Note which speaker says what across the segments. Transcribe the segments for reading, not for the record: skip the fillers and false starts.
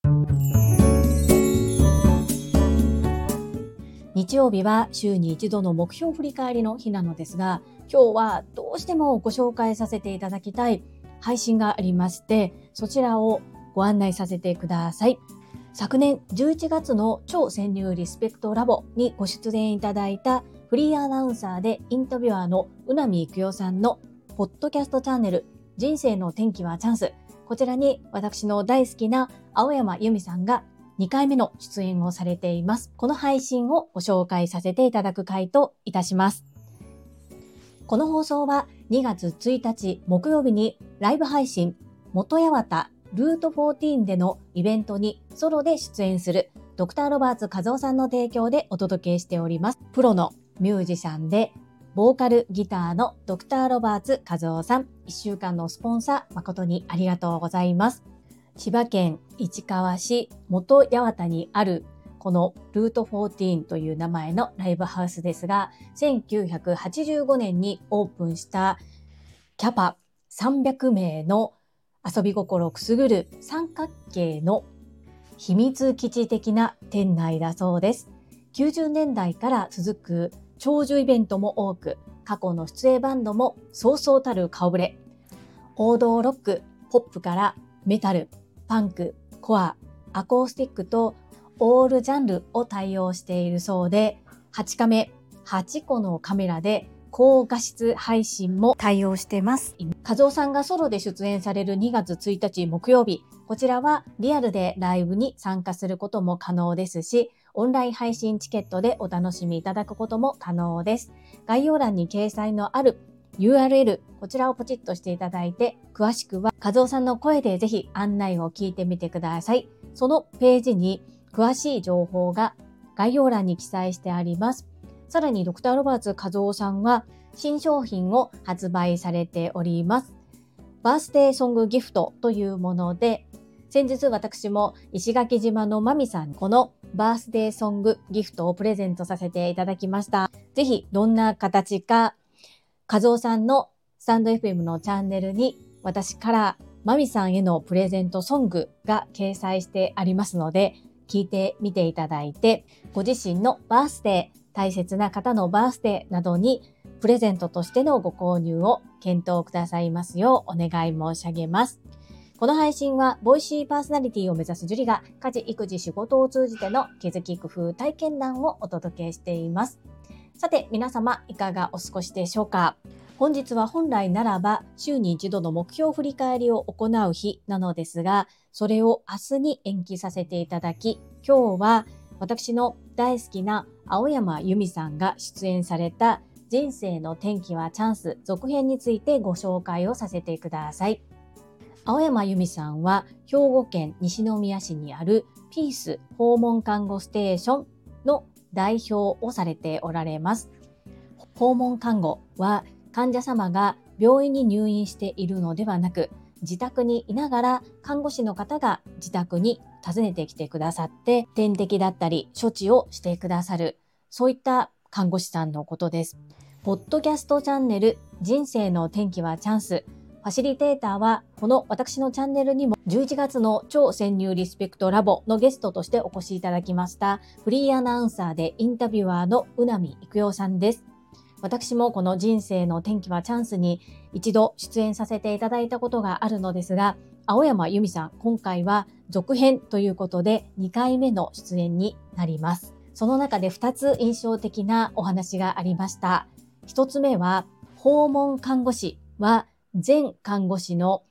Speaker 1: 日曜日は週に一度の目標振り返りの日なのですが、今日はどうしてもご紹介させていただきたい配信がありまして、そちらをご案内させてください。昨年11月の超潜入リスペクトラボにご出演いただいたフリーアナウンサーでインタビュアーの宇波育代さんのポッドキャストチャンネル人生の転機はチャンス、こちらに私の大好きな青山由美さんが2回目の出演をされています。この配信をご紹介させていただく回といたします。この放送は2月1日木曜日にライブ配信元八幡ルート14でのイベントにソロで出演するドクターロバーツ和夫さんの提供でお届けしております。プロのミュージシャンでボーカルギターのドクターロバーツ和夫さん、1週間のスポンサー誠にありがとうございます。千葉県市川市元八幡にあるこのルート14という名前のライブハウスですが、1985年にオープンしたキャパ300名の遊び心くすぐる三角形の秘密基地的な店内だそうです。90年代から続く長寿イベントも多く、過去の出演バンドもそうそうたる顔ぶれ。王道ロック、ポップからメタル、パンク、コア、アコースティックとオールジャンルを対応しているそうで、8カメ、8個のカメラで高画質配信も対応してます。和夫さんがソロで出演される2月1日木曜日、こちらはリアルでライブに参加することも可能ですし、オンライン配信チケットでお楽しみいただくことも可能です。概要欄に掲載のある URL、こちらをポチッとしていただいて、詳しくは和夫さんの声でぜひ案内を聞いてみてください。そのページに詳しい情報が概要欄に記載してあります。さらにドクターロバーツ和夫さんは新商品を発売されております。バースデーソングギフトというもので、先日私も石垣島のマミさんにこのバースデーソングギフトをプレゼントさせていただきました。ぜひどんな形か和夫さんのスタンド FM のチャンネルに私からマミさんへのプレゼントソングが掲載してありますので、聞いてみていただいて、ご自身のバースデー、大切な方のバースデーなどにプレゼントとしてのご購入を検討くださいますようお願い申し上げます。この配信はボイシーパーソナリティを目指すジュリが家事、育児、仕事を通じての気づき、工夫、体験談をお届けしています。さて皆様いかがお過ごしでしょうか。本日は本来ならば週に一度の目標振り返りを行う日なのですが、それを明日に延期させていただき、今日は私の大好きな青山由美さんが出演された人生の転機はチャンス続編についてご紹介をさせてください。青山由美さんは兵庫県西宮市にあるピース訪問看護ステーションの代表をされておられます。訪問看護は患者様が病院に入院しているのではなく、自宅にいながら看護師の方が自宅に訪ねてきてくださって点滴だったり処置をしてくださる、そういった看護師さんのことです。ポッドキャストチャンネル人生の転機はチャンス、ファシリテーターはこの私のチャンネルにも11月の超潜入リスペクトラボのゲストとしてお越しいただきましたフリーアナウンサーでインタビュアーの宇波育代さんです。私もこの人生の転機はチャンスに一度出演させていただいたことがあるのですが、青山由美さん、今回は続編ということで2回目の出演になります。その中で2つ印象的なお話がありました。1つ目は、訪問看護師は全看護師の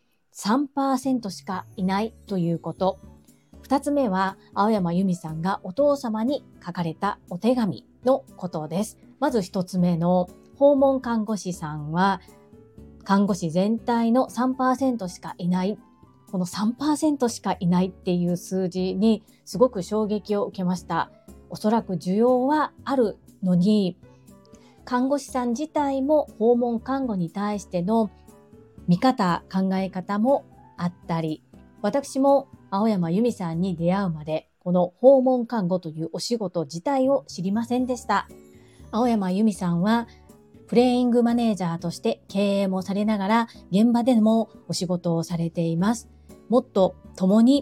Speaker 1: 3% しかいないということ。2つ目は、青山由美さんがお父様に書かれたお手紙のことです。まず1つ目の訪問看護師さんは看護師全体の 3% しかいない。この 3% しかいないっていう数字にすごく衝撃を受けました。おそらく需要はあるのに、看護師さん自体も訪問看護に対しての見方、考え方もあったり、私も青山由美さんに出会うまでこの訪問看護というお仕事自体を知りませんでした。青山由美さんはプレイングマネージャーとして経営もされながら現場でもお仕事をされています。もっと共に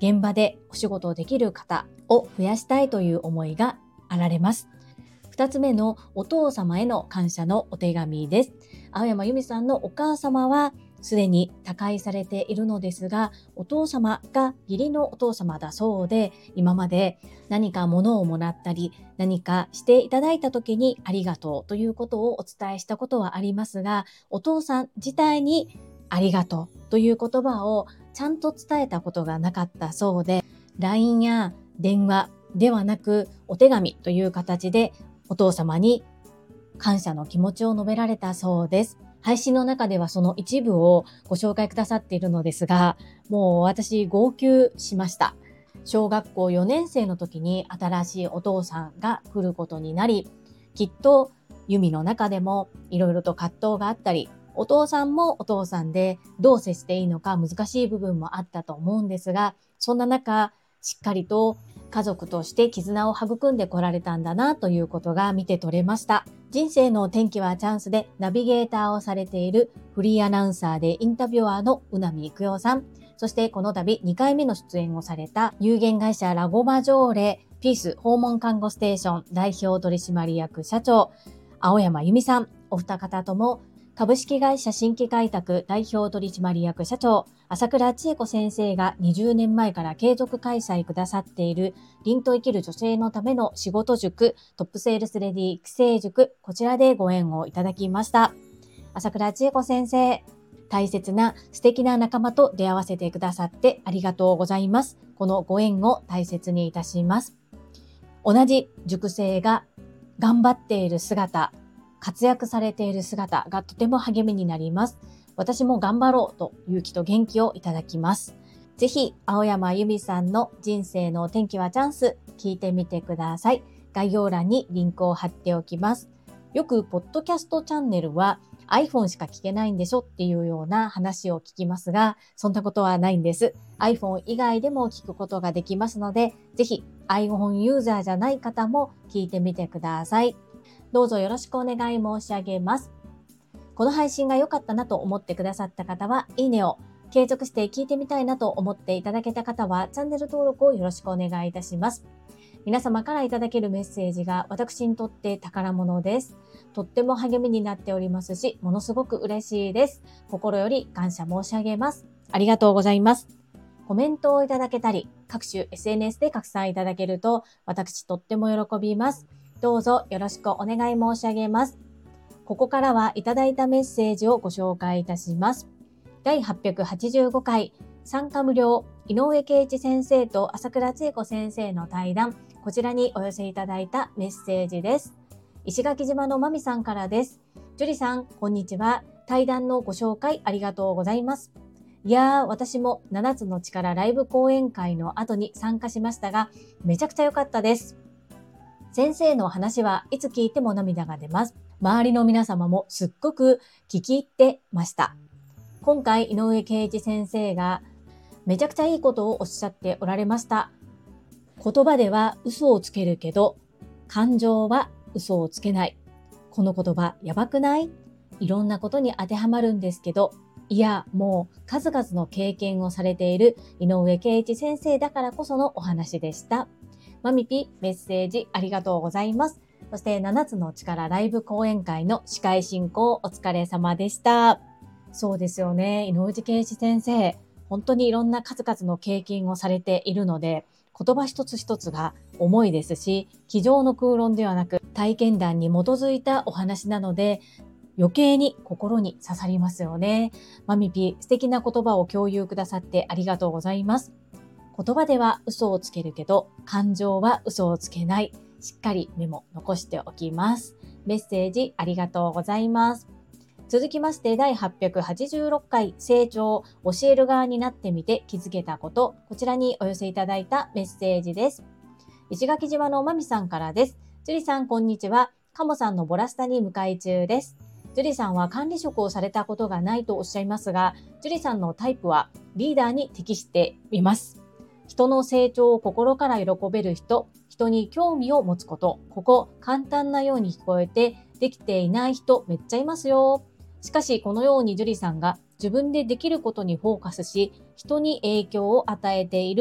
Speaker 1: 現場でお仕事をできる方を増やしたいという思いがあられます。2つ目のお父様への感謝のお手紙です。青山由美さんのお母様はすでに他界されているのですが、お父様が義理のお父様だそうで、今まで何か物をもらったり、何かしていただいた時にありがとうということをお伝えしたことはありますが、お父さん自体にありがとうという言葉をちゃんと伝えたことがなかったそうで、LINE や電話ではなくお手紙という形でお父様に感謝の気持ちを述べられたそうです。配信の中ではその一部をご紹介くださっているのですが、もう私号泣しました。小学校4年生の時に新しいお父さんが来ることになり、きっとユミの中でもいろいろと葛藤があったり、お父さんもお父さんでどう接していいのか難しい部分もあったと思うんですが、そんな中、しっかりと家族として絆を育んでこられたんだなということが見て取れました。人生の転機はチャンスでナビゲーターをされているフリーアナウンサーでインタビュアーの宇波育代さん、そしてこの度2回目の出演をされた有限会社ラゴマジョーレピース訪問看護ステーション代表取締役社長青山由美さん、お二方とも株式会社新規開拓代表取締役社長朝倉千恵子先生が20年前から継続開催くださっている凛と生きる女性のための仕事塾トップセールスレディ育成塾、こちらでご縁をいただきました。朝倉千恵子先生、大切な素敵な仲間と出会わせてくださってありがとうございます。このご縁を大切にいたします。同じ塾生が頑張っている姿、活躍されている姿がとても励みになります。私も頑張ろうと勇気と元気をいただきます。ぜひ、青山由美さんの人生の転機はチャンス、聞いてみてください。概要欄にリンクを貼っておきます。よく、ポッドキャストチャンネルは iPhone しか聞けないんでしょっていうような話を聞きますが、そんなことはないんです。iPhone 以外でも聞くことができますので、ぜひ iPhone ユーザーじゃない方も聞いてみてください。どうぞよろしくお願い申し上げます。この配信が良かったなと思ってくださった方は、いいねを、継続して聞いてみたいなと思っていただけた方は、チャンネル登録をよろしくお願いいたします。皆様からいただけるメッセージが私にとって宝物です。とっても励みになっておりますし、ものすごく嬉しいです。心より感謝申し上げます。ありがとうございます。コメントをいただけたり、各種 SNS で拡散いただけると、私とっても喜びます。どうぞよろしくお願い申し上げます。ここからはいただいたメッセージをご紹介いたします。第885回参加無料井上圭一先生と朝倉千恵子先生の対談、こちらにお寄せいただいたメッセージです。石垣島のまみさんからです。ジュリさん、こんにちは。対談のご紹介ありがとうございます。いやー、私も7つの力ライブ講演会の後に参加しましたが、めちゃくちゃ良かったです。先生の話はいつ聞いても涙が出ます。周りの皆様もすっごく聞き入ってました。今回井上圭一先生がめちゃくちゃいいことをおっしゃっておられました。言葉では嘘をつけるけど、感情は嘘をつけない。この言葉やばくない？いろんなことに当てはまるんですけど、いや、もう数々の経験をされている井上圭一先生だからこそのお話でした。まみぴメッセージありがとうございます。そして7つの力ライブ講演会の司会進行お疲れ様でした。そうですよね。井上圭一先生、本当にいろんな数々の経験をされているので、言葉一つ一つが重いですし、机上の空論ではなく体験談に基づいたお話なので、余計に心に刺さりますよね。まみぴ、素敵な言葉を共有くださってありがとうございます。言葉では嘘をつけるけど、感情は嘘をつけない。しっかりメモ残しておきます。メッセージありがとうございます。続きまして第886回成長教える側になってみて気づけたこと、こちらにお寄せいただいたメッセージです。石垣島のまみさんからです。ジュリさんこんにちは。カモさんのボラスタに向かい中です。ジュリさんは管理職をされたことがないとおっしゃいますが、ジュリさんのタイプはリーダーに適しています。人の成長を心から喜べる人、人に興味を持つこと、ここ簡単なように聞こえてできていない人めっちゃいますよ。しかしこのようにジュリさんが自分でできることにフォーカスし、人に影響を与えている、こ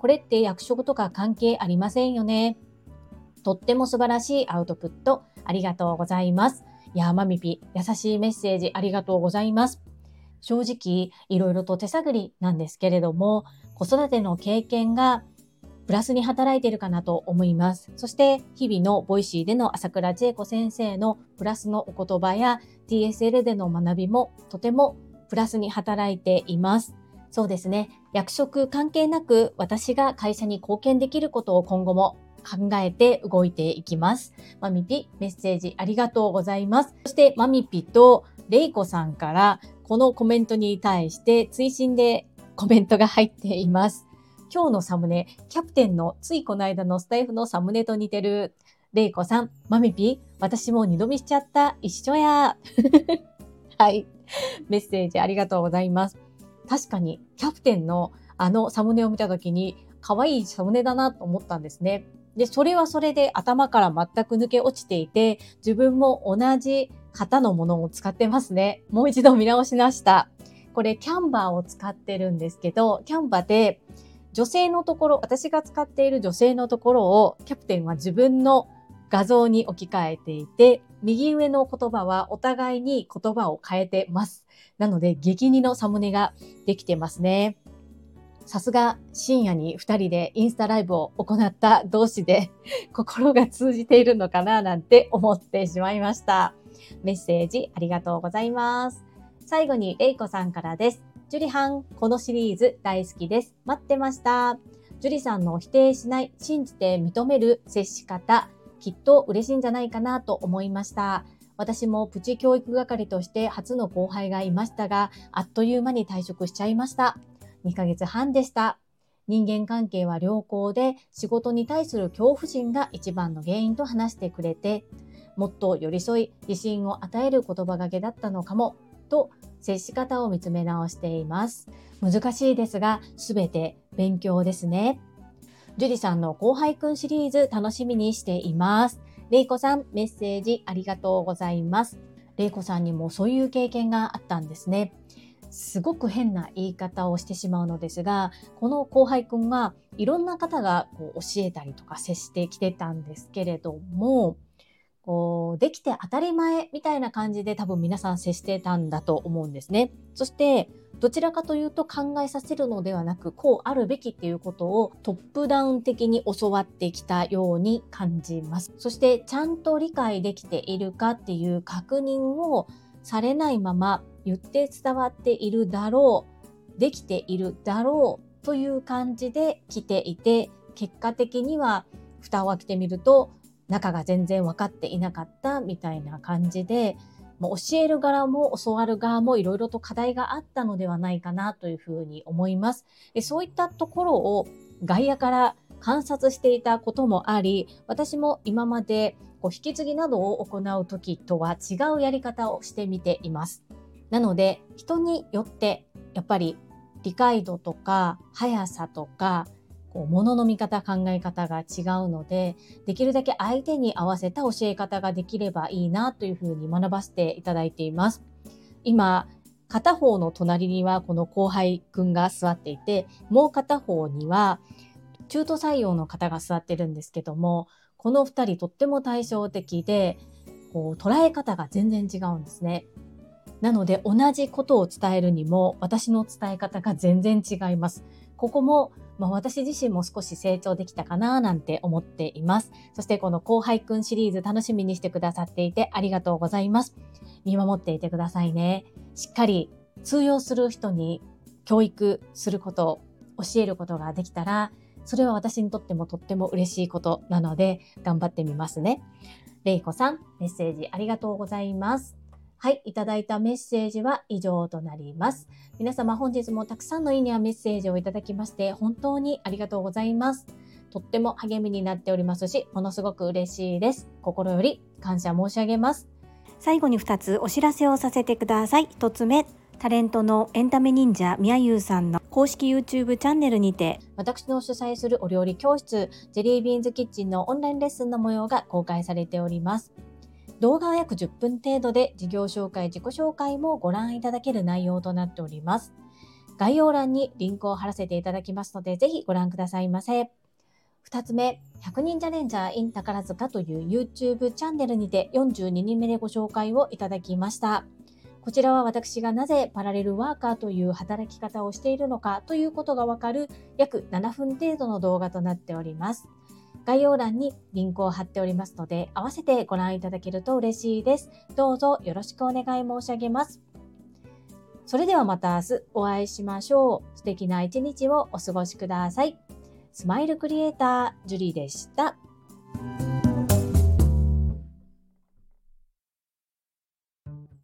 Speaker 1: これって役職とか関係ありませんよね。とっても素晴らしいアウトプットありがとうございます。いや、マミピ、優しいメッセージありがとうございます。正直、いろいろと手探りなんですけれども、子育ての経験がプラスに働いているかなと思います。そして日々のボイシーでの朝倉千恵子先生のプラスのお言葉や TSL での学びもとてもプラスに働いています。そうですね。役職関係なく私が会社に貢献できることを今後も考えて動いていきます。マミピ、メッセージありがとうございます。そしてマミピとレイコさんからこのコメントに対して追伸でコメントが入っています。今日のサムネ、キャプテンのついこの間のスタイフのサムネと似てる。レイコさん、マミピ、私も二度見しちゃった。一緒や。はい。メッセージありがとうございます。確かに、キャプテンのサムネを見たときに、可愛いサムネだなと思ったんですね。で、それはそれで頭から全く抜け落ちていて、自分も同じ型のものを使ってますね。もう一度見直しました。これ、キャンバーを使ってるんですけど、キャンバーで、女性のところ、私が使っている女性のところをキャプテンは自分の画像に置き換えていて、右上の言葉はお互いに言葉を変えてます。なので激似のサムネができてますね。さすが深夜に2人でインスタライブを行った同士で心が通じているのかななんて思ってしまいました。メッセージありがとうございます。最後にレイコさんからです。ジュリはん、このシリーズ大好きです。待ってました。ジュリさんの否定しない、信じて認める接し方、きっと嬉しいんじゃないかなと思いました。私もプチ教育係として初の後輩がいましたが、あっという間に退職しちゃいました。2ヶ月半でした。人間関係は良好で、仕事に対する恐怖心が一番の原因と話してくれて、もっと寄り添い、自信を与える言葉がけだったのかも、と接し方を見つめ直しています。難しいですが、すべて勉強ですね。ジュリさんの後輩くんシリーズ楽しみにしています。レイコさん、メッセージありがとうございます。レイコさんにもそういう経験があったんですね。すごく変な言い方をしてしまうのですが、この後輩くんはいろんな方が教えたりとか接してきてたんですけれども、できて当たり前みたいな感じで多分皆さん接してたんだと思うんですね。そしてどちらかというと考えさせるのではなく、こうあるべきっていうことをトップダウン的に教わってきたように感じます。そしてちゃんと理解できているかっていう確認をされないまま言って伝わっているだろう、できているだろうという感じで来ていて、結果的には蓋を開けてみると中が全然分かっていなかったみたいな感じで、もう教える側も教わる側もいろいろと課題があったのではないかなというふうに思います。そういったところを外野から観察していたこともあり、私も今まで引き継ぎなどを行う時とは違うやり方をしてみています。なので人によってやっぱり理解度とか速さとか物の見方、考え方が違うので、できるだけ相手に合わせた教え方ができればいいなというふうに学ばせていただいています。今、片方の隣にはこの後輩くんが座っていて、もう片方には中途採用の方が座ってるんですけども、この2人とっても対照的で、捉え方が全然違うんですね。なので同じことを伝えるにも私の伝え方が全然違います。ここも私自身も少し成長できたかななんて思っています。そしてこの後輩くんシリーズ楽しみにしてくださっていてありがとうございます。見守っていてくださいね。しっかり通用する人に教育することを教えることができたら、それは私にとってもとっても嬉しいことなので頑張ってみますね。れいこさん、メッセージありがとうございます。はい、いただいたメッセージは以上となります。皆様本日もたくさんのいいねやメッセージをいただきまして本当にありがとうございます。とっても励みになっておりますし、ものすごく嬉しいです。心より感謝申し上げます。
Speaker 2: 最後に2つお知らせをさせてください。1つ目、タレントのエンタメ忍者みやゆうさんの公式 YouTube チャンネルにて、
Speaker 1: 私の主催するお料理教室ジェリービーンズキッチンのオンラインレッスンの模様が公開されております。動画は約10分程度で事業紹介、自己紹介もご覧いただける内容となっております。 概要欄にリンクを貼らせていただきますので、ぜひご覧くださいませ。2つ目、100人チャレンジャー in 宝塚という YouTube チャンネルにて42人目でご紹介をいただきました。こちらは私がなぜパラレルワーカーという働き方をしているのかということがわかる約7分程度の動画となっております。概要欄にリンクを貼っておりますので、合わせてご覧いただけると嬉しいです。どうぞよろしくお願い申し上げます。それではまた明日お会いしましょう。素敵な一日をお過ごしください。スマイルクリエイター、ジュリーでした。